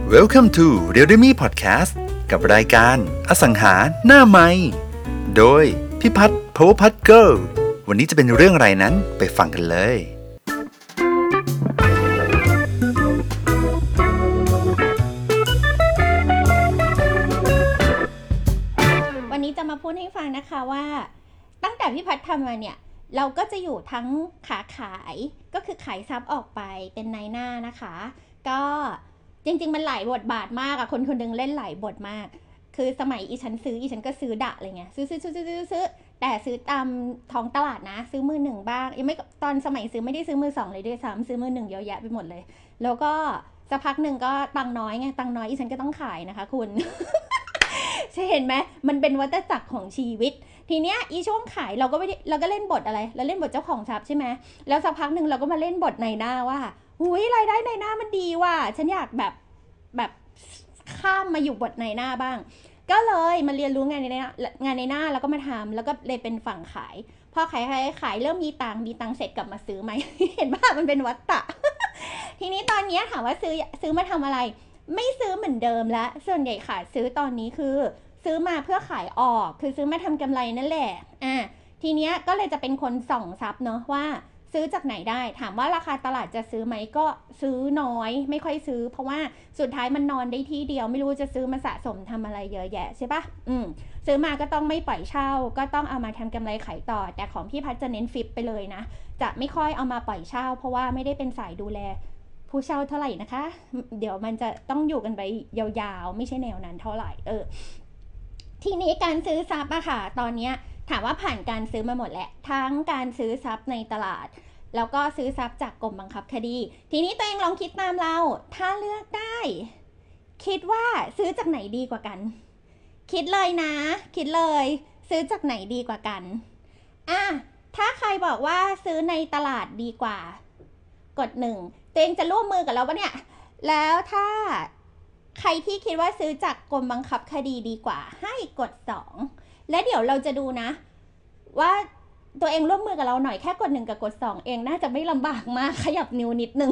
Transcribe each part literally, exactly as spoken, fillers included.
Welcome to Realme Podcast กับรายการอสังหาหน้าใหม่โดยพิพัฒน์ Power Pad Girl วันนี้จะเป็นเรื่องอะไรนั้นไปฟังกันเลยวันนี้จะมาพูดให้ฟังนะคะว่าตั้งแต่พิพัฒน์ทำมาเนี่ยเราก็จะอยู่ทั้งขาขายก็คือขายซับออกไปเป็นนายหน้านะคะก็จริงๆมันหลายบทบาทมากอะคนคนนึงเล่นหลายบทมากคือสมัยอีฉันซื้ออีฉันก็ซื้อดะอะไรเงี้ยซื้อซื้อซื้อซื้อซื้อแต่ซื้อตามท้องตลาดนะซื้อมือหนึ่งบ้างยังไม่ตอนสมัยซื้อไม่ได้ซื้อมือสองเลยด้วยซ้ำซื้อมือหนึ่งเยอะแยะไปหมดเลยแล้วก็สักพักหนึ่งก็ตังน้อยไงตังน้อยอีฉันก็ต้องขายนะคะคุณใช่เห็นไหมมันเป็นวัฏจักรของชีวิตทีเนี้ยอีช่วงขายเราก็ไม่ได้เราก็เล่นบทอะไรเราเล่นบทเจ้าของทรัพย์ใช่ไหมแล้วสักพักหนึ่งเราก็มาเล่นบทในหน้าว่าหุยรายได้ในหน้ามันดีว่ะฉันอยากแบบแบบข้ามมาอยู่บทในหน้าบ้างก็เลยมาเรียนรู้งานในหน้างานในหน้าแล้วก็มาทำแล้วก็เลยเป็นฝั่งขายพอขายขายขายเริ่มมีตังค์มีตังค์เสร็จกลับมาซื้อไหม เห็นป่ะมันเป็นวัฏฏะ ทีนี้ตอนนี้ถามว่าซื้อซื้อมาทำอะไรไม่ซื้อเหมือนเดิมแล้วส่วนใหญ่ขายซื้อตอนนี้คือซื้อมาเพื่อขายออกคือซื้อมาทำกำไรนั่นแหละอ่ะทีเนี้ยก็เลยจะเป็นคนส่องซับเนาะว่าซื้อจากไหนได้ถามว่าราคาตลาดจะซื้อไหมก็ซื้อน้อยไม่ค่อยซื้อเพราะว่าสุดท้ายมันนอนได้ที่เดียวไม่รู้จะซื้อมาสะสมทำอะไรเยอะแยะใช่ปะอืมซื้อมาก็ต้องไม่ปล่อยเช่าก็ต้องเอามาทำกำไรขายต่อแต่ของพี่พัชจะเน้นฟิปไปเลยนะจะไม่ค่อยเอามาปล่อยเช่าเพราะว่าไม่ได้เป็นสายดูแลผู้เช่าเท่าไหร่นะคะเดี๋ยวมันจะต้องอยู่กันไปยาวๆไม่ใช่แนวนั้นเท่าไหร่เออทีนี้การซื้อทรัพย์อะค่ะตอนนี้ถามว่าผ่านการซื้อมาหมดแหละทั้งการซื้อทรัพย์ในตลาดแล้วก็ซื้อทรัพย์จากกรมบังคับคดีทีนี้ตัวเองลองคิดตามเราถ้าเลือกได้คิดว่าซื้อจากไหนดีกว่ากันคิดเลยนะคิดเลยซื้อจากไหนดีกว่ากันอ่ะถ้าใครบอกว่าซื้อในตลาดดีกว่ากดหนึ่งตัวเองจะร่วมมือกับเราปะเนี่ยแล้วถ้าใครที่คิดว่าซื้อจากกรมบังคับคดีดีกว่าให้กดสองและเดี๋ยวเราจะดูนะว่าตัวเองร่วมมือกับเราหน่อยแค่กดหนึ่งกับกดสองเองน่าจะไม่ลำบากมากขยับนิ้วนิดนึง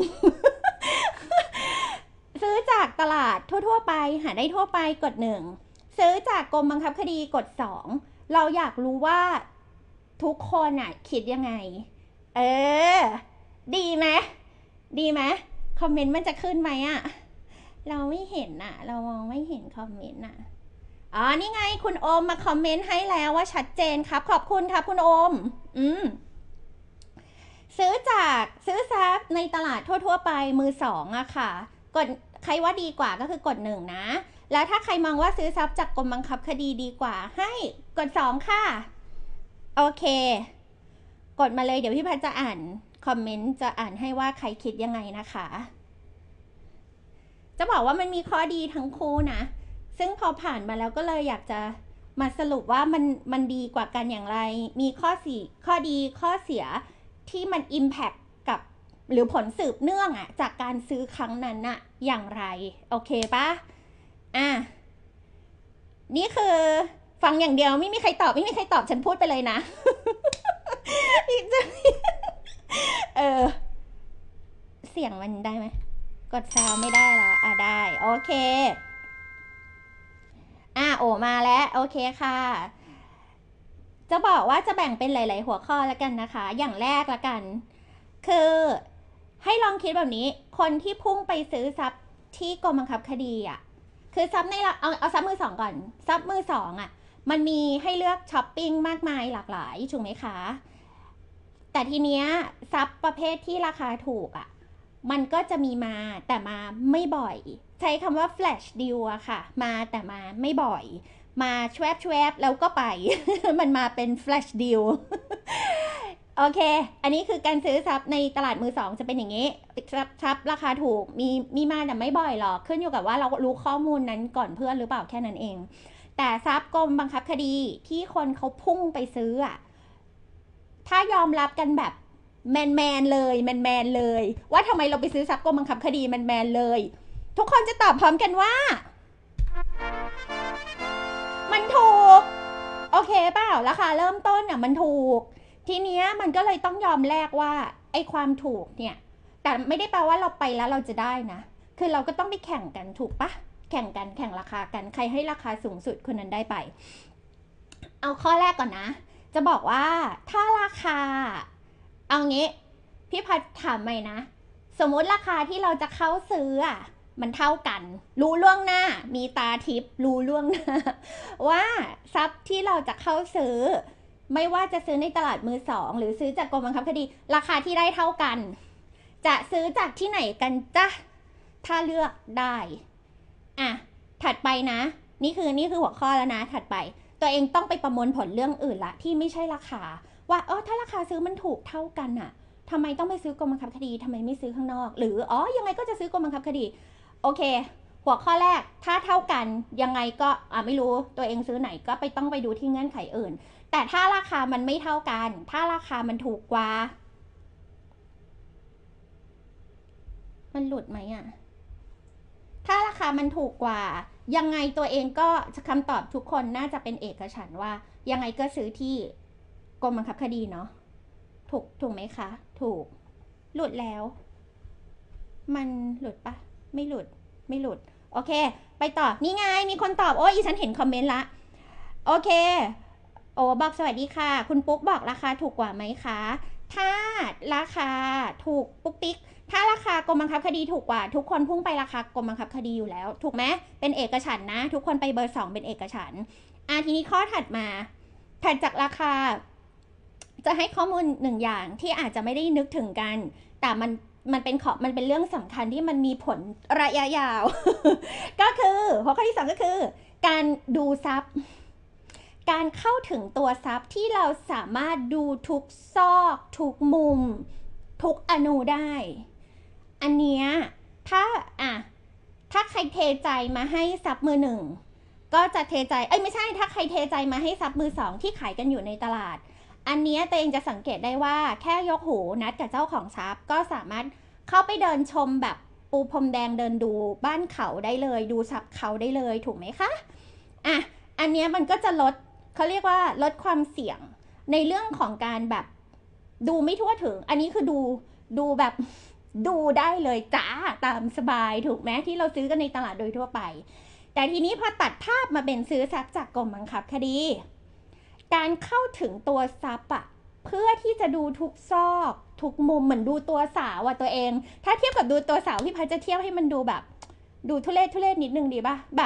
ซื้อจากตลาดทั่วๆไปหาได้ทั่วไปกดหนึ่งซื้อจากกรมบังคับคดีกดสองเราอยากรู้ว่าทุกคนน่ะคิดยังไงเออดีไหมดีไหมคอมเมนต์มันจะขึ้นไหมอะเราไม่เห็นน่ะเรามองไม่เห็นคอมเมนต์น่ะอ๋อนี่ไงคุณโอมมาคอมเมนต์ให้แล้วว่าชัดเจนครับขอบคุณครับคุณโอมอืมซื้อจากซื้อซับในตลาดทั่วๆไปมือสองอะค่ะกดใครว่าดีกว่าก็คือกดหนึ่งนะแล้วถ้าใครมองว่าซื้อซับจากกรมบังคับคดีดีกว่าให้กดสองค่ะโอเคกดมาเลยเดี๋ยวพี่พัชจะอ่านคอมเมนต์จะอ่านให้ว่าใครคิดยังไงนะคะจะบอกว่ามันมีข้อดีทั้งคู่นะซึ่งพอผ่านมาแล้วก็เลยอยากจะมาสรุปว่ามันมันดีกว่ากันอย่างไรมีข้อสี่ข้อดีข้อเสียที่มัน impact กับหรือผลสืบเนื่องอะจากการซื้อครั้งนั้นอะอย่างไรโอเคปะอ่ะนี่คือฟังอย่างเดียวไม่มีใครตอบไม่มีใครตอบฉันพูดไปเลยนะเออเสียงมันได้ไหมกดซาวไม่ได้หรออ่ะได้โอเคอ่ะโอมาแล้วโอเคค่ะจะบอกว่าจะแบ่งเป็นหลายๆหัวข้อแล้วกันนะคะอย่างแรกละกันคือให้ลองคิดแบบนี้คนที่พุ่งไปซื้อทรัพย์ที่กรมบังคับคดีอ่ะคือทรัพย์ในเอาเอาทรัพย์มือสองก่อนทรัพย์มือสองอ่ะมันมีให้เลือกช้อปปิ้งมากมายหลากหลายถูกไหมคะแต่ทีเนี้ยทรัพย์ประเภทที่ราคาถูกอ่ะมันก็จะมีมาแต่มาไม่บ่อยใช้คำว่า flash deal อะค่ะมาแต่มาไม่บ่อยมาแชวบแชวบแล้วก็ไป มันมาเป็น flash deal โอเคอันนี้คือการซื้อทรัพย์ในตลาดมือสองจะเป็นอย่างนี้ทรัพย์ราคาถูกมีมีมาแต่ไม่บ่อยหรอกขึ้นอยู่กับว่าเรารู้ข้อมูลนั้นก่อนเพื่อนหรือเปล่าแค่นั้นเองแต่ทรัพย์กรมบังคับคดีที่คนเขาพุ่งไปซื้ออะถ้ายอมรับกันแบบแมนแมนเลยแมนแมนเลยว่าทำไมเราไปซื้อทรัพย์กรมบังคับคดีแมนแมนเลยทุกคนจะตอบพร้อมกันว่ามันถูกโอเคเปล่าราคาเริ่มต้นอ่ะมันถูกทีเนี้ยมันก็เลยต้องยอมแลกว่าไอ้ความถูกเนี่ยแต่ไม่ได้แปลว่าเราไปแล้วเราจะได้นะคือเราก็ต้องไปแข่งกันถูกปะแข่งกันแข่งราคากันใครให้ราคาสูงสุดคนนั้นได้ไปเอาข้อแรกก่อนนะจะบอกว่าถ้าราคาเอางี้พี่พัดถามใหม่นะสมมติราคาที่เราจะเข้าซื้ออ่ะมันเท่ากันรู้ล่วงหน้ามีตาทิพย์รู้ล่วงหน้าว่าทรัพย์ที่เราจะเข้าซื้อไม่ว่าจะซื้อในตลาดมือสองหรือซื้อจากกรมบังคับคดีราคาที่ได้เท่ากันจะซื้อจากที่ไหนกันจ๊ะถ้าเลือกได้อ่ะถัดไปนะนี่คือนี่คือหัวข้อแล้วนะถัดไปตัวเองต้องไปประมวลผลเรื่องอื่นละที่ไม่ใช่ราคาว่าเออถ้าราคาซื้อมันถูกเท่ากันอะทำไมต้องไปซื้อกรมบังคับคดีทำไมไม่ซื้อข้างนอกหรืออ๋อยังไงก็จะซื้อกรมบังคับคดีโอเคหัวข้อแรกถ้าเท่ากันยังไงก็อ่ะไม่รู้ตัวเองซื้อไหนก็ไปต้องไปดูที่เงื่อนไขอื่นแต่ถ้าราคามันไม่เท่ากันถ้าราคามันถูกกว่ามันหลุดไหมอะถ้าราคามันถูกกว่ายังไงตัวเองก็คำตอบทุกคนน่าจะเป็นเอกฉันท์ว่ายังไงก็ซื้อที่กรมบังคับคดีเนาะถูกถูกไหมคะถูกหลุดแล้วมันหลุดปะไม่หลุดไม่หลุดโอเคไปต่อนี่ไงมีคนตอบโอ้ยฉันเห็นคอมเมนต์ละโอเคโอ้บอกสวัสดีค่ะคุณปุ๊กบอกราคาถูกกว่าไหมคะถ้าราคาถูกปุ๊กติ๊กถ้าราคากรมบังคับคดีถูกกว่าทุกคนพุ่งไปราคากรมบังคับคดีอยู่แล้วถูกไหมเป็นเอกฉันท์นะทุกคนไปเบอร์สองเป็นเอกฉันท์อ่ะทีนี้ข้อถัดมาถัดจากราคาจะให้ข้อมูลหนึ่งอย่างที่อาจจะไม่ได้นึกถึงกันแต่มันมันเป็นขอมันเป็นเรื่องสำคัญที่มันมีผลระยะยาว ก็คือหัวข้อที่สองก็คือการดูทรัพย์การเข้าถึงตัวทรัพย์ที่เราสามารถดูทุกซอกทุกมุมทุกอนูได้อันเนี้ยถ้าอ่ะถ้าใครเทใจมาให้ทรัพย์มือหนึ่งก็จะเทใจเอ้ยไม่ใช่ถ้าใครเทใจมาให้ทรัพย์มือสองที่ขายกันอยู่ในตลาดอันนี้ตัวเองจะสังเกตได้ว่าแค่ยกหูนัดกับเจ้าของทรัพย์ก็สามารถเข้าไปเดินชมแบบปูพรมแดงเดินดูบ้านเขาได้เลยดูทรัพย์เขาได้เลยถูกไหมคะอ่ะอันนี้มันก็จะลดเขาเรียกว่าลดความเสี่ยงในเรื่องของการแบบดูไม่ทั่วถึงอันนี้คือดูดูแบบดูได้เลยจ้าตามสบายถูกไหมที่เราซื้อกันในตลาดโดยทั่วไปแต่ทีนี้พอตัดภาพมาเป็นซื้อทรัพย์จากกรมบังคับคดีการเข้าถึงตัวทรัพย์อะเพื่อที่จะดูทุกซอกทุกมุมเหมือนดูตัวสาวอะตัวเองถ้าเทียบกับดูตัวสาวพี่พัชจะเทียบให้มันดูแบบดูทุเรศทุเรศนิดนึงดีป่ะแบบ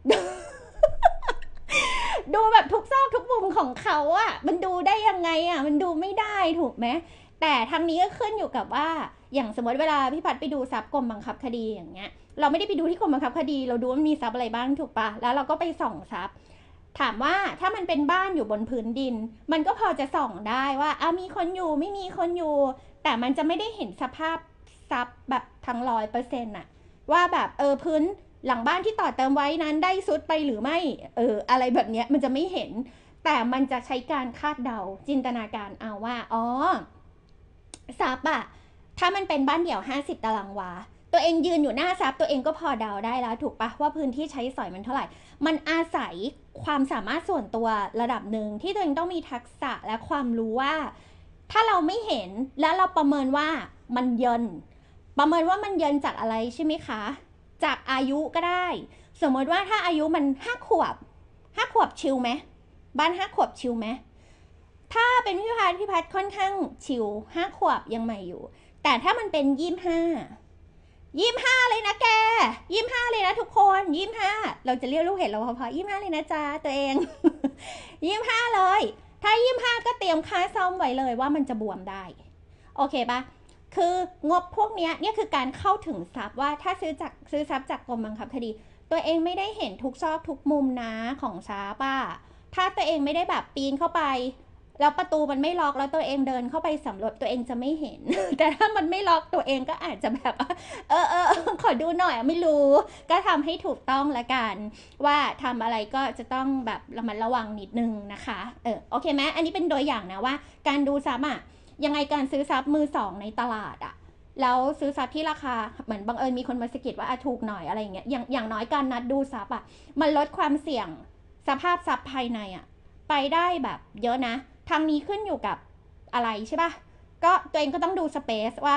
ดูแบบทุกซอกทุกมุมของเขาอะมันดูได้ยังไงอะมันดูไม่ได้ถูกไหมแต่ทางนี้ก็ขึ้นอยู่กับว่าอย่างสมมติเวลาพี่พัดไปดูทรัพย์กรมบังคับคดีอย่างเงี้ยเราไม่ได้ไปดูที่กรมบังคับคดีเราดูว่ามีทรัพย์อะไรบ้างถูกปะแล้วเราก็ไปส่องทรัพย์ถามว่าถ้ามันเป็นบ้านอยู่บนพื้นดินมันก็พอจะส่องได้ว่าอ่ะมีคนอยู่ไม่มีคนอยู่แต่มันจะไม่ได้เห็นสภาพทรัพย์แบบทั้งร้อยเปอร์เซ็นต์อะว่าแบบเออพื้นหลังบ้านที่ต่อเติมไว้นั้นได้ซุดไปหรือไม่เอออะไรแบบเนี้ยมันจะไม่เห็นแต่มันจะใช้การคาดเดาจินตนาการเอาว่าอ๋อทรัพย์อะถ้ามันเป็นบ้านเดี่ยวห้าสิบตารางวาตัวเองยืนอยู่หน้าทรัพย์ตัวเองก็พอเดาได้แล้วถูกปะว่าพื้นที่ใช้สอยมันเท่าไหร่มันอาศัยความสามารถส่วนตัวระดับหนึ่งที่ตัวเองต้องมีทักษะและความรู้ว่าถ้าเราไม่เห็นแล้วเราประเมินว่ามันเยินประเมินว่ามันเยินจากอะไรใช่ไหมคะจากอายุก็ได้สมมติว่าถ้าอายุมันห้าขวบห้าขวบชิลไหมบ้านห้าขวบชิลไหมถ้าเป็นพี่พัดพี่พัดค่อนข้างชิลห้าขวบยังใหม่อยู่แต่ถ้ามันเป็นยี่สิบห้ายี่สิบห้าเลยนะแกยี่สิบห้าเลยนะทุกคนยี่สิบห้าเราจะเรียกลูกเห็นเราพอๆยี่สิบห้าเลยนะจ๊ะตัวเอง ยี่สิบห้าเลยถ้ายี่สิบห้าก็เตรียมค่าซ่อมไว้เลยว่ามันจะบวมได้โอเคปะคืองบพวกนี้เนี่ยคือการเข้าถึงทรัพย์ว่าถ้าซื้อจากซื้อทรัพย์จากกรมบังคับคดีตัวเองไม่ได้เห็นทุกซอกทุกมุมนะของทรัพย์อะถ้าตัวเองไม่ได้แบบปีนเข้าไปแล้วประตูมันไม่ล็อกแล้วตัวเองเดินเข้าไปสำรวจตัวเองจะไม่เห็น แต่ถ้ามันไม่ล็อกตัวเองก็อาจจะแบบเออเออขอดูหน่อยไม่รู้ก็ทำให้ถูกต้องละกันว่าทำอะไรก็จะต้องแบบระมัดระวังนิดนึงนะคะเออโอเคไหมอันนี้เป็นตัวอย่างนะว่าการดูทรัพย์อะยังไงการซื้อทรัพย์มือสองในตลาดอะแล้วซื้อทรัพย์ที่ราคาเหมือนบังเอิญมีคนมาสะกิดว่าถูกหน่อยอะไรอย่างเงี้ยอย่างอย่างน้อยการนัดดูทรัพย์อะมันลดความเสี่ยงสภาพทรัพย์ภายในอะไปได้แบบเยอะนะทางนี้ขึ้นอยู่กับอะไรใช่ป่ะก็ตัวเองก็ต้องดูสเปซว่า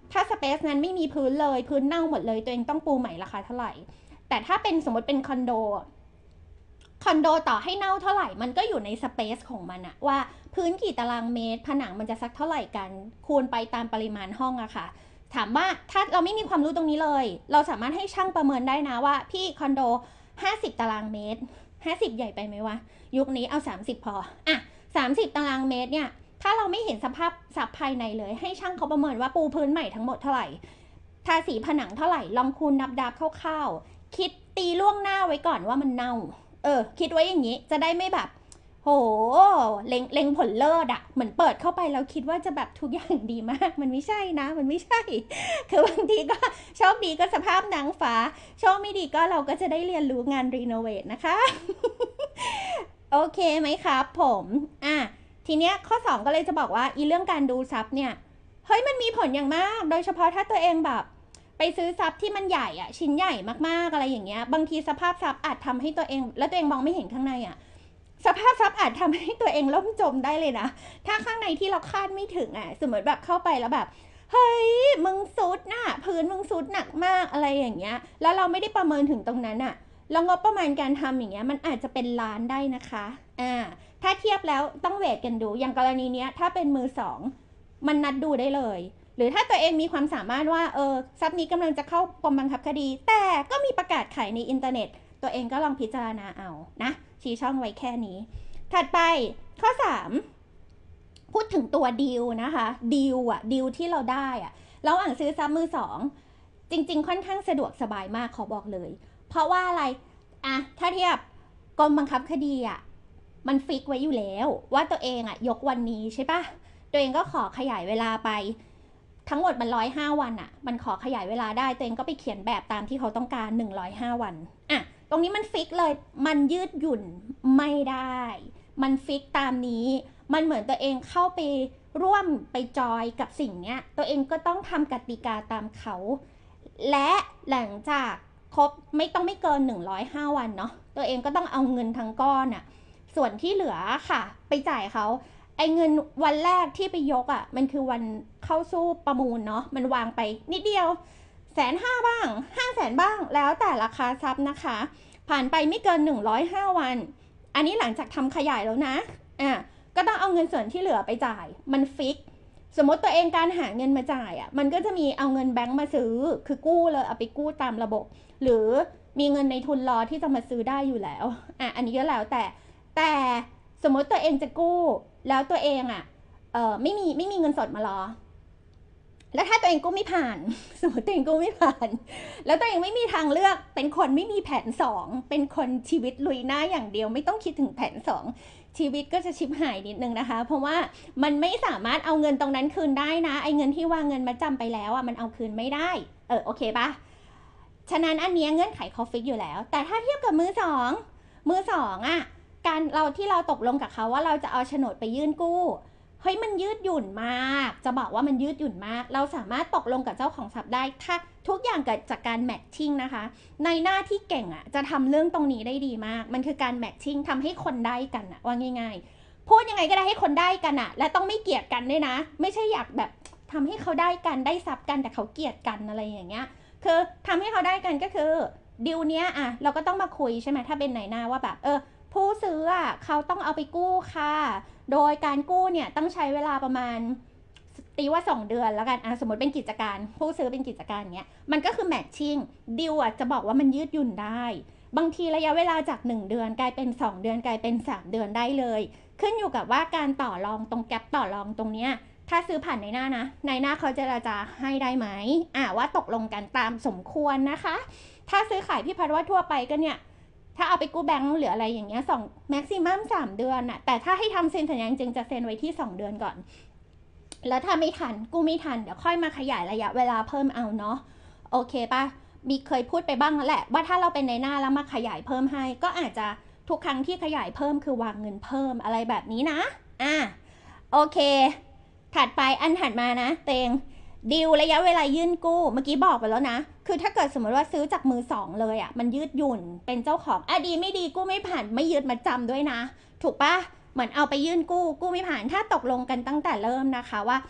ถ้าสเปซนั้นไม่มีพื้นเลยพื้นเน่าหมดเลยตัวเองต้องปูใหม่ราคาเท่าไหร่แต่ถ้าเป็นสมมติเป็นคอนโดคอนโดต่อให้เน่าเท่าไหร่มันก็อยู่ในสเปซของมันอะว่าพื้นกี่ตารางเมตรผนังมันจะสักเท่าไหร่กันคูณไปตามปริมาณห้องอะค่ะถามว่าถ้าเราไม่มีความรู้ตรงนี้เลยเราสามารถให้ช่างประเมินได้นะว่าพี่คอนโดห้าสิบตารางเมตรห้าสิบใหญ่ไปไหมวะยุคนี้เอาสามสิบพออะสามสิบตารางเมตรเนี่ยถ้าเราไม่เห็นสภาพสับภายในเลยให้ช่างเขาประเมินว่าปูพื้นใหม่ทั้งหมดเท่าไหร่ทาสีผนังเท่าไหร่ลองคูณนับดับคร่าวๆคิดตีล่วงหน้าไว้ก่อนว่ามันเน่าเออคิดไว้อย่างนี้จะได้ไม่แบบโหเล็งเล็งผลเลิศอะเหมือนเปิดเข้าไปแล้วคิดว่าจะแบบทุกอย่างดีมากมันไม่ใช่นะมันไม่ใช่คือบางทีก็โชคดีก็สภาพนางฟ้าโชคไม่ดีก็เราก็จะได้เรียนรู้งานรีโนเวทนะคะ โอเคไหมครับผมอ่ะทีเนี้ยข้อสองก็เลยจะบอกว่าอีเรื่องการดูซับเนี่ยเฮ้ยมันมีผลอย่างมากโดยเฉพาะถ้าตัวเองแบบไปซื้อซับที่มันใหญ่อะชิ้นใหญ่มากๆอะไรอย่างเงี้ยบางทีสภาพซับอาจทำให้ตัวเองแล้วตัวเองมองไม่เห็นข้างในอะสภาพซับอาจทำให้ตัวเองล่มจมได้เลยนะถ้าข้างในที่เราคาดไม่ถึงอะสมมติแบบเข้าไปแล้วแบบเฮ้ยมึงซุดน่ะพื้นมึงซุดหนักมากอะไรอย่างเงี้ยแล้วเราไม่ได้ประเมินถึงตรงนั้นอะแล้วงบประมาณการทำอย่างเงี้ยมันอาจจะเป็นล้านได้นะคะอ่าถ้าเทียบแล้วต้องเวทกันดูอย่างกรณีเนี้ยถ้าเป็นมือสองมันนัดดูได้เลยหรือถ้าตัวเองมีความสามารถว่าเออซับนี้กำลังจะเข้ากรมบังคับคดีแต่ก็มีประกาศขายในอินเทอร์เน็ตตัวเองก็ลองพิจารณาเอานะชี้ช่องไว้แค่นี้ถัดไปข้อสามพูดถึงตัวดีลนะคะดีลอะดีลที่เราได้อะระหว่างซื้อซับมือสองจริงๆค่อนข้างสะดวกสบายมากขอบอกเลยเพราะว่าอะไรอะถ้าเทียบกรมบังคับคดีอะมันฟิกไว้อยู่แล้วว่าตัวเองอะยกวันนี้ใช่ปะตัวเองก็ขอขยายเวลาไปทั้งหมดมันหนึ่งร้อยห้าวันอะมันขอขยายเวลาได้ตัวเองก็ไปเขียนแบบตามที่เขาต้องการหนึ่งร้อยห้าวันอะตรงนี้มันฟิกเลยมันยืดหยุ่นไม่ได้มันฟิกตามนี้มันเหมือนตัวเองเข้าไปร่วมไปจอยกับสิ่งเนี้ยตัวเองก็ต้องทำกติกาตามเขาและหลังจากครบไม่ต้องไม่เกินหนึ่งร้อยห้าวันเนาะตัวเองก็ต้องเอาเงินทั้งก้อนอะส่วนที่เหลือค่ะไปจ่ายเขาไอ้เงินวันแรกที่ไปยกอะมันคือวันเข้าสู้ประมูลเนาะมันวางไปนิดเดียวแสนห้าบ้างห้าแสนบ้างแล้วแต่ราคาทรัพย์นะคะผ่านไปไม่เกินหนึ่งร้อยห้าวันอันนี้หลังจากทำขยายแล้วนะอ่ะก็ต้องเอาเงินส่วนที่เหลือไปจ่ายมันฟิกสมมติตัวเองการหาเงินมาจ่ายอ่ะมันก็จะมีเอาเงินแบงก์มาซื้อคือกู้เลยเอาไปกู้ตามระบบหรือมีเงินในทุนรอที่จะมาซื้อได้อยู่แล้วอ่ะอันนี้ก็แล้วแต่แต่สมมติตัวเองจะกู้แล้วตัวเองอ่ะเออไม่มีไม่มีเงินสดมารอแล้วถ้าตัวเองกู้ไม่ผ่านสมมติตัวเองกู้ไม่ผ่านแล้วตัวเองไม่มีทางเลือกเป็นคนไม่มีแผนสองเป็นคนชีวิตลุยหน้าอย่างเดียวไม่ต้องคิดถึงแผนสองชีวิตก็จะชิบหายนิดนึงนะคะเพราะว่ามันไม่สามารถเอาเงินตรงนั้นคืนได้นะไอ้เงินที่วางเงินมาจำไปแล้วอ่ะมันเอาคืนไม่ได้เออโอเคปะฉะนั้นอันนี้เงื่อนไขเขาฟิกอยู่แล้วแต่ถ้าเทียบกับมือสองมือสองอ่ะการเราที่เราตกลงกับเขาว่าเราจะเอาโฉนดไปยื่นกู้เฮ้ยมันยืดหยุ่นมากจะบอกว่ามันยืดหยุ่นมากเราสามารถตกลงกับเจ้าของทรัพย์ได้ถ้าทุกอย่างเกิดจากการแมทชิ่งนะคะในหน้าที่เก่งอ่ะจะทำเรื่องตรงนี้ได้ดีมากมันคือการแมทชิ่งทำให้คนได้กันอ่ะว่าง่ายๆพูดยังไงก็ได้ให้คนได้กันอ่ะและต้องไม่เกลียดกันด้วยนะไม่ใช่อยากแบบทำให้เขาได้กันได้ทรัพย์กันแต่เขาเกลียดกันอะไรอย่างเงี้ยคือทำให้เขาได้กันก็คือดิวเนี้ยอ่ะเราก็ต้องมาคุยใช่ไหมถ้าเป็นไหนหน้าว่าแบบเออผู้ซื้ออ่ะเขาต้องเอาไปกู้ค่ะโดยการกู้เนี่ยต้องใช้เวลาประมาณตีว่าสองเดือนแล้วกันอ่ะสมมติเป็นกิจการผู้ซื้อเป็นกิจการเงี้ยมันก็คือแมทชิ่งดิวอ่ะจะบอกว่ามันยืดหยุ่นได้บางทีระยะเวลาจากหนึ่งเดือนกลายเป็นสองเดือนกลายเป็นสามเดือนได้เลยขึ้นอยู่กับว่าการต่อรองตรงแก๊ปต่อรองตรงเนี้ยถ้าซื้อผ่านในหน้านะในหน้าเขาเจรจาให้ได้ไหมอ่ะว่าตกลงกันตามสมควรนะคะถ้าซื้อขายพี่พัดว่าทั่วไปก็เนี่ยถ้าเอาไปกู้แบงก์หรืออะไรอย่างเงี้ยสองแม็กซิมัมสามเดือนน่ะแต่ถ้าให้ทำเซ็นสัญญาจริงจะเซ็นไว้ที่สองเดือนก่อนแล้วถ้าไม่ทันกู้ไม่ทันเดี๋ยวค่อยมาขยายระยะเวลาเพิ่มเอาเนาะโอเคป่ะมีเคยพูดไปบ้างแล้วแหละว่าถ้าเราเป็นในหน้าแล้วมาขยายเพิ่มให้ก็อาจจะทุกครั้งที่ขยายเพิ่มคือวางเงินเพิ่มอะไรแบบนี้นะอ่ะโอเคถัดไปอันถัดมานะเตงดีลระยะเวลายื่นกู้เมื่อกี้บอกไปแล้วนะคือถ้าเกิดสมมติว่าซื้อจากมือสองเลยอ่ะมันยืดหยุ่นเป็นเจ้าของอ่ะดีไม่ดีกู้ไม่ผ่านไม่ยืดมาจำด้วยนะถูกปะเหมือนเอาไปยื่นกู้กู้ไม่ผ่านถ้าตกลงกันตั้งแต่เริ่มนะคะว่า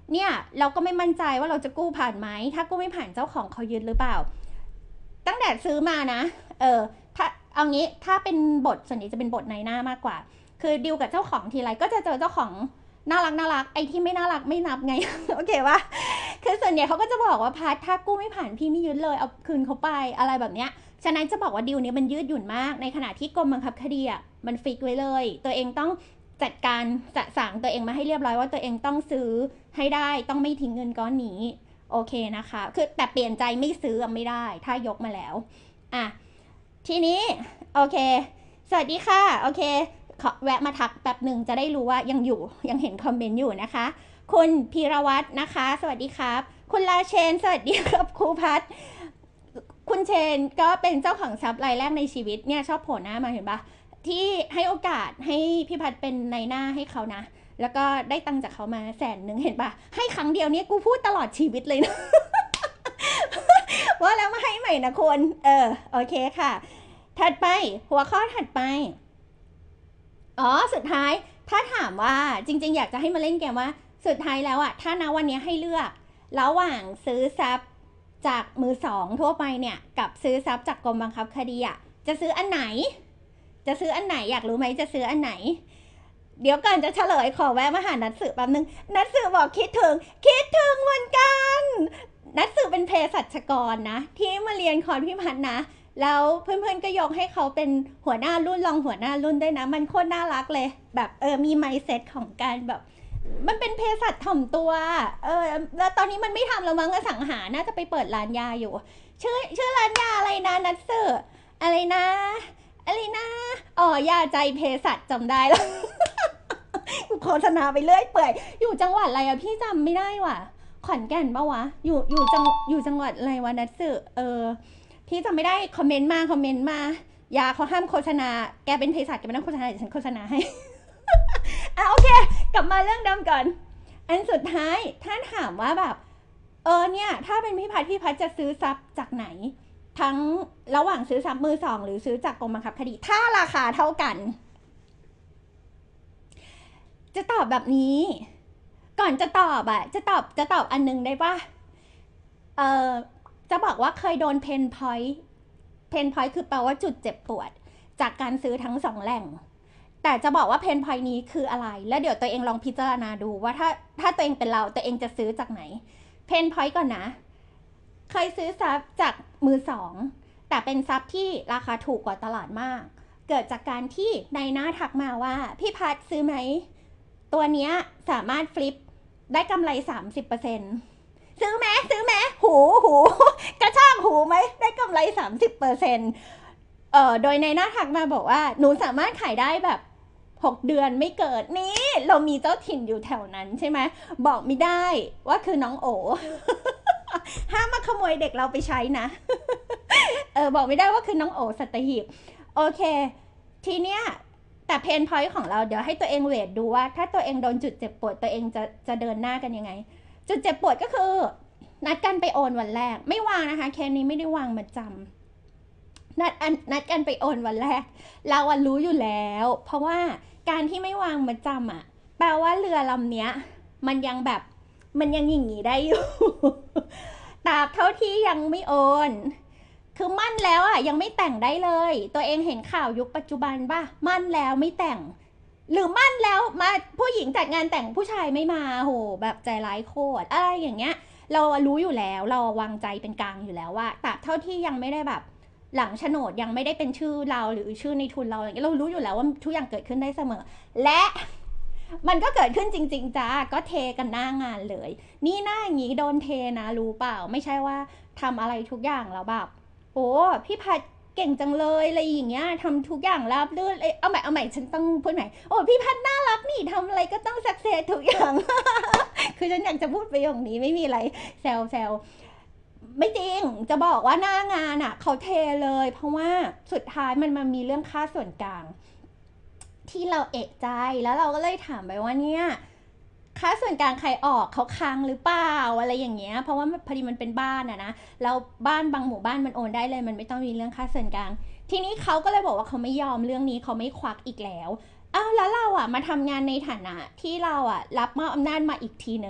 เนี่ยเราก็ไม่มั่นใจว่าเราจะกู้ผ่านไหมถ้ากู้ไม่ผ่านเจ้าของเขายึดหรือเปล่าตั้งแต่ซื้อมานะเออถ้าเอางี้ถ้าเป็นบทส่วนใหญ่จะเป็นบทในหน้ามากกว่าคือดีลกับเจ้าของทีไรก็จะเจอเจ้าของน่ารักน่ารักไอ้ที่ไม่น่ารักไม่นับไง โอเคปะคือส่วนใหญ่เขาก็จะบอกว่าพัดถ้ากู้ไม่ผ่านพี่ไม่ยึดเลยเอาคืนเขาไปอะไรแบบเนี้ยฉะนั้นจะบอกว่าดีลนี้มันยืดหยุ่นมากในขณะที่กรมบังคับคดีอ่ะมันฟิกไว้เลยตัวเองต้องจัดการสะสางตัวเองมาให้เรียบร้อยว่าตัวเองต้องซื้อให้ได้ต้องไม่ทิ้งเงินก้อนนี้โอเคนะคะคือแต่เปลี่ยนใจไม่ซื้อไม่ได้ถ้ายกมาแล้วอ่ะทีนี้โอเคสวัสดีค่ะโอเคแวะมาทักแป๊บหนึ่งจะได้รู้ว่ายังอยู่ยังเห็นคอมเมนต์อยู่นะคะคุณพีรวัตรนะคะสวัสดีครับคุณลาเชนสวัสดีครับครูพัฒคุณเชนก็เป็นเจ้าของทรัพย์รายแรกในชีวิตเนี่ยชอบโผล่หน้ามาเห็นปะที่ให้โอกาสให้พี่พัฒเป็นในหน้าให้เขานะแล้วก็ได้ตังค์จากเขามาแสนหนึ่งเห็นปะให้ครั้งเดียวเนี่ยกูพูดตลอดชีวิตเลยนะ ว่าแล้วมาให้ใหม่นะคุณเออโอเคค่ะถัดไปหัวข้อถัดไปอ๋อสุดท้ายถ้าถามว่าจริงๆอยากจะให้มาเล่นเกมว่าสุดท้ายแล้วอะถ้านะวันนี้ให้เลือกระหว่างซื้อทรัพย์จากมือสองทั่วไปเนี่ยกับซื้อทรัพย์จากกรมบังคับคดีอะจะซื้ออันไหนจะซื้ออันไหนอยากรู้ไหมจะซื้ออันไหนเดี๋ยวก่อนจะเฉลยขอแวะมาหานัทสืบแป๊บนึงนัทสืบบอกคิดถึงคิดถึงเหมือนกันนัทสืบเป็นเภสัชกรนะที่มาเรียนคอร์สพี่พัฒน์นะแล้วเพื่อนๆก็ยกให้เขาเป็นหัวหน้ารุ่นรองหัวหน้ารุ่นด้วยนะมันโคตรน่ารักเลยแบบเออมีไมซ์เซ็ตของการแบบมันเป็นเภสัชถ่อมตัวเออแล้วตอนนี้มันไม่ทำแล้วมั้งอสังหาน่าจะไปเปิดร้านยาอยู่ชื่อชื่อร้านยาอะไรนะนัทสืบอะไรนะอะไรนะอ๋อยาใจเภสัชจำได้แล้ว โฆษณาไปเรื่อยเปื่อยอยู่จังหวัดอะไรอะพี่จำไม่ได้ว่ะขอนแก่นปะวะอยู่อยู่จังอยู่จังหวัดอะไรวะนัทสืบเออพี่จำไม่ได้คอมเมนต์มาคอมเมนต์มายาเขาห้ามโฆษณาแกเป็นเภสัชแกไม่ต้องโฆษณาเดี๋ยวฉันโฆษณาให้ อ่ะโอเคกลับมาเรื่องเดิมก่อนอันสุดท้ายท่านถามว่าแบบเออเนี่ยถ้าเป็นพี่พัฒน์พี่พัฒน์จะซื้อทรัพย์จากไหนทั้งระหว่างซื้อทรัพย์มือสองหรือซื้อจากกรมบังคับคดีถ้าราคาเท่ากันจะตอบแบบนี้ก่อนจะตอบอ่ะจะตอบจะตอบอันนึงได้ป่ะเออจะบอกว่าเคยโดนเพนพอยต์เพนพอยต์คือแปลว่าจุดเจ็บปวดจากการซื้อทั้งสองแหล่งแต่จะบอกว่าเพนพอยต์นี้คืออะไรแล้วเดี๋ยวตัวเองลองพิจารณาดูว่าถ้าถ้าตัวเองเป็นเราตัวเองจะซื้อจากไหนเพนพอยต์ก่อนนะเคยซื้อทรัพย์จากมือสองแต่เป็นทรัพย์ที่ราคาถูกกว่าตลาดมากเกิดจากการที่ในหน้าทักมาว่าพี่พัดซื้อไหมตัวเนี้ยสามารถฟลิปได้กำไร สามสิบเปอร์เซ็นต์ ซื้อไหมซื้อไหมหูหูกระชากหูไหมได้กำไร สามสิบเปอร์เซ็นต์ เอ่อโดยในหน้าทักมาบอกว่าหนูสามารถขายได้แบบหกเดือนไม่เกิดนี่เรามีเจ้าถิ่นอยู่แถวนั้นใช่ไหมบอกไม่ได้ว่าคือน้องโอ ห้ามมาขโมยเด็กเราไปใช้นะ เออบอกไม่ได้ว่าคือน้องโอสัตหีบโอเคทีเนี้ยแต่เพนพอยต์ของเราเดี๋ยวให้ตัวเองเวทดูว่าถ้าตัวเองโดนจุดเจ็บปวดตัวเองจะจะเดินหน้ากันยังไงจุดเจ็บปวดก็คือนัดกันไปโอนวันแรกไม่วางนะคะแค่นี้ไม่ได้วางมาจำนัดนัดกันไปโอนวันแรกเราอะรู้อยู่แล้วเพราะว่าการที่ไม่วางมาจำอะแปลว่าเรือลำเนี้ยมันยังแบบมันยังอย่างงี้ได้อยู่ ตราบเท่าที่ยังไม่โอนคือมั่นแล้วอ่ะยังไม่แต่งได้เลยตัวเองเห็นข่าวยุคปัจจุบันป่ะมั่นแล้วไม่แต่งหรือมั่นแล้วมาผู้หญิงจัดงานแต่งผู้ชายไม่มาโหแบบใจร้ายโคตรอะไรอย่างเงี้ยเรารู้อยู่แล้วเราวางใจเป็นกลางอยู่แล้วว่าตราบเท่าที่ยังไม่ได้แบบหลังโฉนดยังไม่ได้เป็นชื่อเราหรือชื่อในทุนเราอย่างเงี้ยเรารู้อยู่แล้วว่าทุกอย่างเกิดขึ้นได้เสมอและมันก็เกิดขึ้นจริงๆจ้าก็เทกันหน้างานเลยนี่หน้าอย่างงี้โดนเทนะรู้เปล่าไม่ใช่ว่าทำอะไรทุกอย่างแล้วแบบโอ้พี่พัดเก่งจังเลยอะไรอย่างเงี้ยทำทุกอย่างราบรื่นเลยเอาใหม่เอาใหม่ฉันต้องพูดใหม่โอ้พี่พัดน่ารักนี่ทำอะไรก็ต้องสักเซสทุกอย่าง คือฉันอยากจะพูดประโยคนี้ไม่มีอะไรแซวแซวไม่จริงจะบอกว่าหน้างานอ่ะเขาเทเลยเพราะว่าสุดท้ายมันมามีเรื่องค่าส่วนกลางที่เราเอะใจแล้วเราก็เลยถามไปว่าเนี่ยค่าส่วนกลางใครออกเขาค้างหรือเปล่าอะไรอย่างเงี้ยเพราะว่าพอดีมันเป็นบ้านอะนะแล้วบ้านบางหมู่บ้านมันโอนได้เลยมันไม่ต้องมีเรื่องค่าส่วนกลางทีนี้เขาก็เลยบอกว่าเขาไม่ยอมเรื่องนี้เขาไม่ควักอีกแล้วอ้าวแล้วเราอะมาทำงานในฐานะที่เราอะรับมอบอำนาจมาอีกทีนึง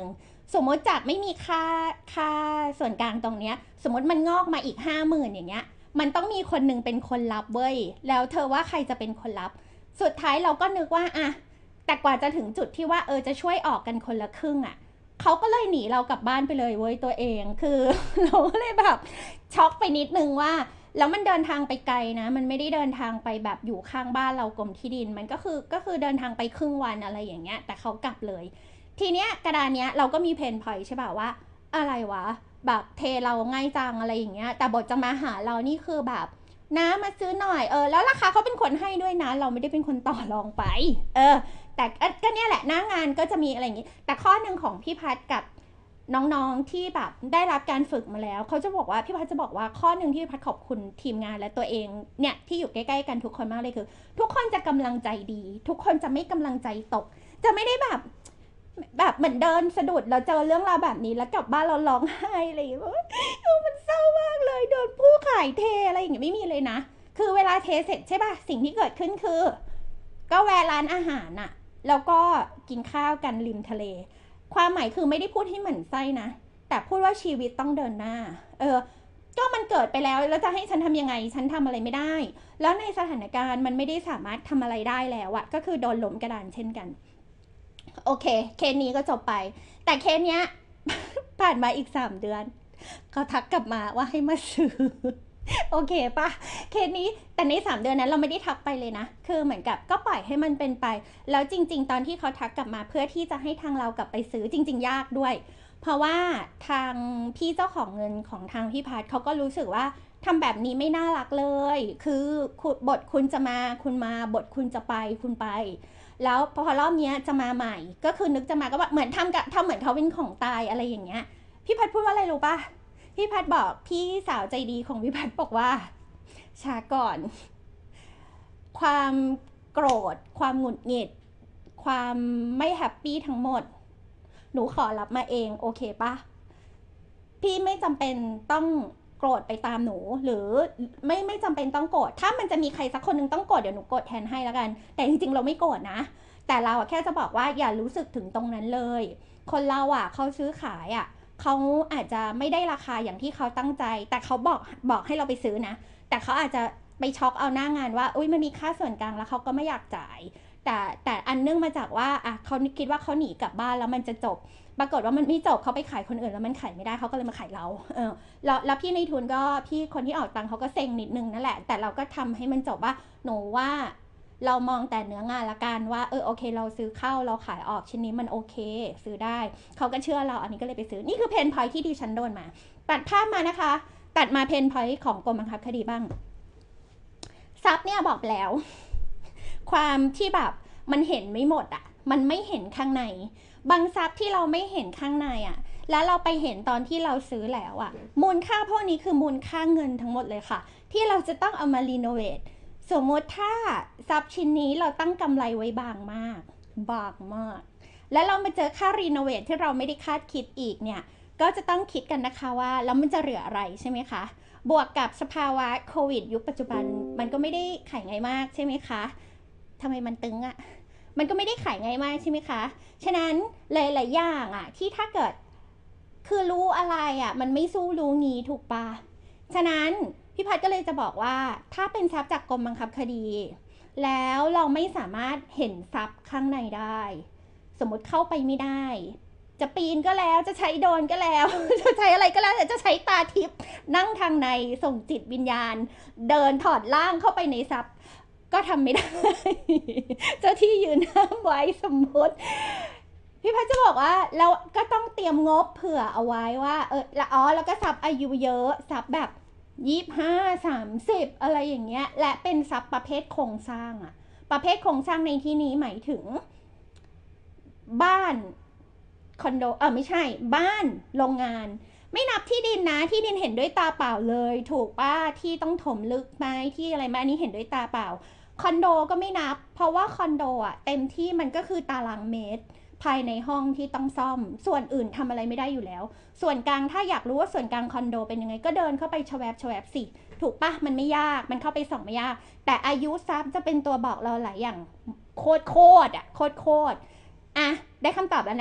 สมมติจากไม่มีค่าค่าส่วนกลางตรงเนี้ยสมมติมันงอกมาอีกห้าหมื่นอย่างเงี้ยมันต้องมีคนนึงเป็นคนรับเว้ยแล้วเธอว่าใครจะเป็นคนรับสุดท้ายเราก็นึกว่าอะแต่กว่าจะถึงจุดที่ว่าเออจะช่วยออกกันคนละครึ่งอะเขาก็เลยหนีเรากลับบ้านไปเลยเว้ยตัวเองคือ เราก็เลยแบบช็อกไปนิดนึงว่าแล้วมันเดินทางไปไกลนะมันไม่ได้เดินทางไปแบบอยู่ข้างบ้านเรากรมที่ดินมันก็คือก็คือเดินทางไปครึ่งวันอะไรอย่างเงี้ยแต่เขากลับเลยทีเนี้ยกระดานเนี้ยเราก็มีเพนพอยต์ใช่ป่ะว่าอะไรวะแบบเทเราง่ายจังอะไรอย่างเงี้ยแต่บทจะมาหาเรานี่คือแบบน้ามาซื้อหน่อยเออแล้วราคาเขาเป็นคนให้ด้วยนะเราไม่ได้เป็นคนต่อรองไปเออแต่ก็เนี่ยแหละหน้างานก็จะมีอะไรอย่างงี้แต่ข้อหนึ่งของพี่พัดกับน้องๆที่แบบได้รับการฝึกมาแล้วเขาจะบอกว่าพี่พัดจะบอกว่าข้อหนึ่งที่พี่พัดขอบคุณทีมงานและตัวเองเนี่ยที่อยู่ใกล้ๆกันทุกคนมากเลยคือทุกคนจะกำลังใจดีทุกคนจะไม่กำลังใจตกจะไม่ได้แบบแบบเหมือนเดินสะดุดเราเจอเรื่องราวแบบนี้แล้วกลับบ้านเราร้องไห้อะไรอย่างเงี้ยมันเศร้ามากเลยโดนผู้ขายเทอะไรอย่างเงี้ยไม่มีเลยนะคือเวลาเทเสร็จใช่ป่ะสิ่งที่เกิดขึ้นคือก็แวะร้านอาหารน่ะแล้วก็กินข้าวกันริมทะเลความหมายคือไม่ได้พูดให้เหมือนไส้นะแต่พูดว่าชีวิตต้องเดินหน้าเออก็มันเกิดไปแล้วแล้วจะให้ฉันทำยังไงฉันทำอะไรไม่ได้แล้วในสถานการณ์มันไม่ได้สามารถทำอะไรได้แล้วอะก็คือโดนล้มกระดานเช่นกันโอเคเคสนี้ก็จบไปแต่เคสเนี้ย ผ่านมาอีกสามเดือนเขาทักกลับมาว่าให้มาซื้อ โอเคปะเคสนี้แต่ในสามเดือนนั้นเราไม่ได้ทักไปเลยนะคือเหมือนกับก็ปล่อยให้มันเป็นไปแล้วจริงๆตอนที่เขาทักกลับมาเพื่อที่จะให้ทางเรากลับไปซื้อจริงๆยากด้วยเพราะว่าทางพี่เจ้าของเงินของทางพี่พัดเขาก็รู้สึกว่าทำแบบนี้ไม่น่ารักเลยคือบทคุณจะมาคุณมาบทคุณจะไปคุณไปแล้วพอรอบนี้จะมาใหม่ก็คือนึกจะมาก็แบบเหมือนทำกับทำเหมือนเขาเป็นของตายอะไรอย่างเงี้ยพี่พัดพูดว่าอะไรรู้ปะพี่พัดบอกพี่สาวใจดีของพี่พัดบอกว่าช้าก่อนความโกรธความหงุดหงิดความไม่แฮปปี้ทั้งหมดหนูขอรับมาเองโอเคปะพี่ไม่จำเป็นต้องโกรธไปตามหนูหรือไม่ไม่จำเป็นต้องโกรธถ้ามันจะมีใครสักคนนึงต้องโกรธเดี๋ยวหนูโกรธแทนให้แล้วกันแต่จริงๆเราไม่โกรธนะแต่เราแค่จะบอกว่าอย่ารู้สึกถึงตรงนั้นเลยคนเราอ่ะเขาซื้อขายอ่ะเขาอาจจะไม่ได้ราคาอย่างที่เขาตั้งใจแต่เขาบอกบอกให้เราไปซื้อนะแต่เขาอาจจะไปช็อกเอาหน้างานว่าอุ้ยมันมีค่าส่วนกลางแล้วเขาก็ไม่อยากจ่ายแต่แต่อันเนื่องมาจากว่าอ่ะเขาคิดว่าเขาหนีกลับบ้านแล้วมันจะจบปรากฏว่ามันไม่จบเขาไปขายคนอื่นแล้วมันขายไม่ได้เขาก็เลยมาขายเราเออแล้วแล้วพี่ในทุนก็พี่คนที่ออกตังเขาก็เซ็งนิดนึงนั่นแหละแต่เราก็ทำให้มันจบว่าหนูว่าเรามองแต่เนื้องานละกันว่าเออโอเคเราซื้อเข้าเราขายออกชิ้นนี้มันโอเคซื้อได้เขาก็เชื่อเราอันนี้ก็เลยไปซื้อนี่คือเพนพอยท์ที่ดิฉันโดนมาตัดภาพมานะคะตัดมาเพนพอยท์ของกรมบังคับคดีบ้างซับเนี่ยบอกแล้วความที่แบบมันเห็นไม่หมดอ่ะมันไม่เห็นข้างในบางซับที่เราไม่เห็นข้างในอ่ะแล้วเราไปเห็นตอนที่เราซื้อแล้วอ่ะมูลค่าพวกนี้คือมูลค่าเงินทั้งหมดเลยค่ะที่เราจะต้องเอามารีโนเวทสมมติถ้าซับชิ้นนี้เราตั้งกำไรไว้บางมากบางมากแล้วเรามาเจอค่ารีโนเวทที่เราไม่ได้คาดคิดอีกเนี่ยก็จะต้องคิดกันนะคะว่าแล้วมันจะเหลืออะไรใช่ไหมคะบวกกับสภาวะโควิดยุคปัจจุบันมันก็ไม่ได้ขายง่ายมากใช่ไหมคะทำไมมันตึงอะมันก็ไม่ได้ขายง่ายมากใช่ไหมคะฉะนั้นหลายๆอย่างอะที่ถ้าเกิดคือรู้อะไรอะมันไม่สู้รู้งี้ถูกปะฉะนั้นพี่พัดก็เลยจะบอกว่าถ้าเป็นทรัพย์จากกรมบังคับคดีแล้วเราไม่สามารถเห็นทรัพย์ข้างในได้สมมติเข้าไปไม่ได้จะปีนก็แล้วจะใช้โดรนก็แล้วจะใช้อะไรก็แล้วแต่จะใช้ตาทิพย์นั่งทางในส่งจิตวิญญาณเดินถอดร่างเข้าไปในทรัพย์ก็ทำไม่ได้ เจ้าที่ยืนห้ามไว้สมมติพี่พัชจะบอกว่าเราก็ต้องเตรียมงบเผื่อเอาไว้ว่าเอออ๋อแล้วก็ทรัพย์อายุเยอะทรัพย์แบบยี่สิบห้าสามสิบอะไรอย่างเงี้ยและเป็นทรัพย์ประเภทโครงสร้างอะประเภทโครงสร้างในที่นี้หมายถึงบ้านคอนโดเออไม่ใช่บ้านโรงงานไม่นับที่ดินนะที่ดินเห็นด้วยตาเปล่าเลยถูกป้าที่ต้องถมลึกไหมที่อะไรไหมอันนี้เห็นด้วยตาเปล่าคอนโดก็ไม่นับเพราะว่าคอนโดอ่ะเต็มที่มันก็คือตารางเมตรภายในห้องที่ต้องซ่อมส่วนอื่นทำอะไรไม่ได้อยู่แล้วส่วนกลางถ้าอยากรู้ว่าส่วนกลางคอนโดเป็นยังไงก็เดินเข้าไปชแวบชแวบสิถูกปะมันไม่ยากมันเข้าไปส่องไม่ยากแต่อายุทรัพย์จะเป็นตัวบอกเราหลายอย่างโคตรโคตรอ่ะโคตรโคตรอ่ะได้คำตอบแล้วนะ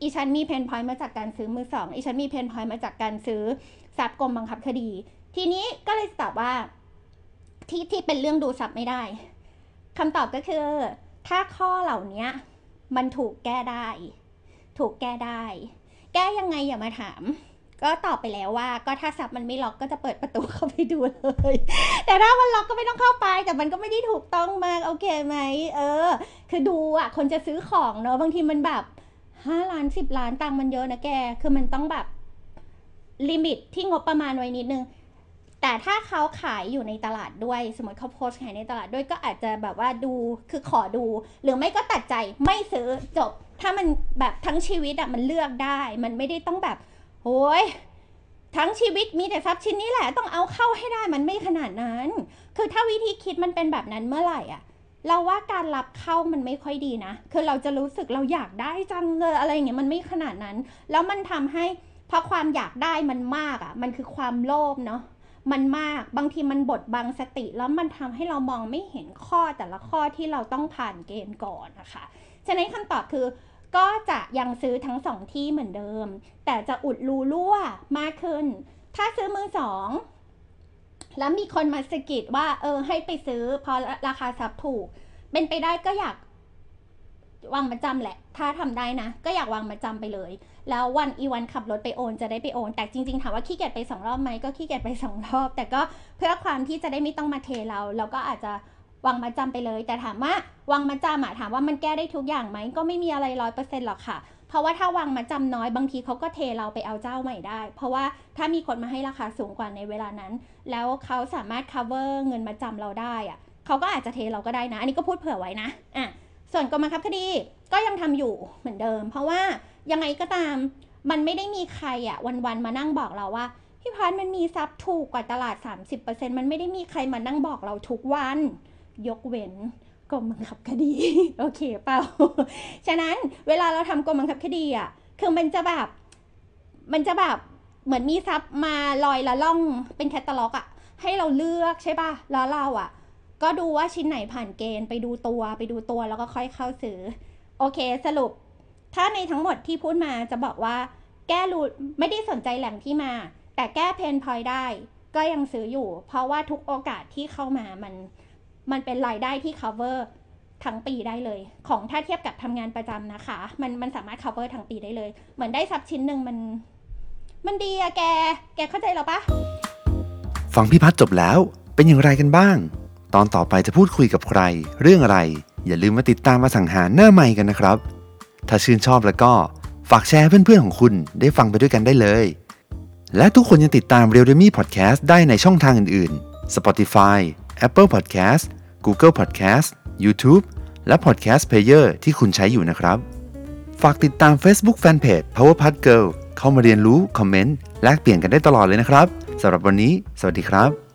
อีฉันมีเพนพอยต์มาจากการซื้อมือสองอีฉันมีเพนพอยต์มาจากการซื้อทรัพย์กรมบังคับคดีทีนี้ก็เลยตอบว่าที่ที่เป็นเรื่องดูทรัพย์ไม่ได้คำตอบก็คือถ้าข้อเหล่านี้มันถูกแก้ได้ถูกแก้ได้แก้ยังไงอย่ามาถามก็ตอบไปแล้วว่าก็ถ้าซับมันไม่ล็อกก็จะเปิดประตูเข้าไปดูเลยแต่ถ้ามันล็อกก็ไม่ต้องเข้าไปแต่มันก็ไม่ได้ถูกต้องมากโอเคไหมเออคือดูอ่ะคนจะซื้อของเนอะบางทีมันแบบห้าล้านสิบล้านตังค์มันเยอะนะแกคือมันต้องแบบลิมิตที่งบประมาณไว้นิดนึงแต่ถ้าเขาขายอยู่ในตลาดด้วยสมมติเขาโพสต์ขายในตลาดด้วยก็อาจจะแบบว่าดูคือขอดูหรือไม่ก็ตัดใจไม่ซื้อจบถ้ามันแบบทั้งชีวิตอ่ะมันเลือกได้มันไม่ได้ต้องแบบโอ้ยทั้งชีวิตมีแต่ทรัพย์ชิ้นนี้แหละต้องเอาเข้าให้ได้มันไม่ขนาดนั้นคือถ้าวิธีคิดมันเป็นแบบนั้นเมื่อไหร่อ่ะเราว่าการรับเข้ามันไม่ค่อยดีนะคือเราจะรู้สึกเราอยากได้จังเลยอะไรอย่างเงี้ยมันไม่ขนาดนั้นแล้วมันทำให้พอความอยากได้มันมากอ่ะมันคือความโลภเนาะมันมากบางทีมันบดบังสติแล้วมันทำให้เรามองไม่เห็นข้อแต่ละข้อที่เราต้องผ่านเกณฑ์ก่อนนะคะฉะนั้นคำตอบคือก็จะยังซื้อทั้งสองที่เหมือนเดิมแต่จะอุดรูรั่วมากขึ้นถ้าซื้อมือสองแล้วมีคนมาสะกิดว่าเออให้ไปซื้อพอราคาซับถูกเป็นไปได้ก็อยากวางมาจำแหละถ้าทำได้นะก็อยากวางมาจำไปเลยแล้ววันอีวันขับรถไปโอนจะได้ไปโอนแต่จริงๆถามว่าขี้เกียจไปสองรอบไหมก็ขี้เกียจไปสองรอบแต่ก็เพื่อความที่จะได้ไม่ต้องมาเทเราเราก็อาจจะวางมาจำไปเลยแต่ถามว่าวางมาจำอะถามว่ามันแก้ได้ทุกอย่างไหมก็ไม่มีอะไรร้อยเปอร์เซ็นต์หรอกค่ะเพราะว่าถ้าวางมาจำน้อยบางทีเขาก็เทเราไปเอาเจ้าใหม่ได้เพราะว่าถ้ามีคนมาให้ราคาสูงกว่าในเวลานั้นแล้วเขาสามารถ cover เงินมาจำเราได้อะเขาก็อาจจะเทเราก็ได้นะอันนี้ก็พูดเผื่อไว้นะอ่ะส่วนกรมบังคับคดีก็ยังทำอยู่เหมือนเดิมเพราะว่ายังไงก็ตามมันไม่ได้มีใครอะวันๆมานั่งบอกเราว่าพี่พัฒน์มันมีทรัพย์ถูกกว่าตลาด สามสิบเปอร์เซ็นต์ มันไม่ได้มีใครมานั่งบอกเราทุกวันยกเว้นกรมบังคับคดีโอเคเปล่า ฉะนั้นเวลาเราทำกรมบังคับคดีอ่ะคือมันจะแบบมันจะแบบเหมือนมีซับมาลอยละล่องเป็นแคตตาล็อกอ่ะให้เราเลือกใช่ป่ะแล้วเราอ่ะก็ดูว่าชิ้นไหนผ่านเกณฑ์ไปดูตัวไปดูตัวแล้วก็ค่อยเข้าซื้อโอเคสรุปถ้าในทั้งหมดที่พูดมาจะบอกว่าแก้รูไม่ได้สนใจแหล่งที่มาแต่แก้เพนพอยต์ได้ก็ยังซื้ออยู่เพราะว่าทุกโอกาสที่เข้ามามันมันเป็นรายได้ที่ cover ทั้งปีได้เลยของถ้าเทียบกับทำงานประจำนะคะมันมันสามารถ cover ทั้งปีได้เลยเหมือนได้ทรัพย์ชิ้นหนึ่งมันมันดีอะแกแกเข้าใจเราปะฟังพี่พัฒน์จบแล้วเป็นอย่างไรกันบ้างตอนต่อไปจะพูดคุยกับใครเรื่องอะไรอย่าลืมมาติดตามอสังหาหน้าใหม่กันนะครับถ้าชื่นชอบแล้วก็ฝากแชร์เพื่อนๆของคุณได้ฟังไปด้วยกันได้เลยและทุกคนยังติดตาม Realme Podcast ได้ในช่องทางอื่นๆ Spotify Apple Podcast Google Podcast YouTube และ Podcast Player ที่คุณใช้อยู่นะครับฝากติดตาม Facebook Fanpage Powerpuff Girl เข้ามาเรียนรู้คอมเมนต์แลกเปลี่ยนกันได้ตลอดเลยนะครับสำหรับวันนี้สวัสดีครับ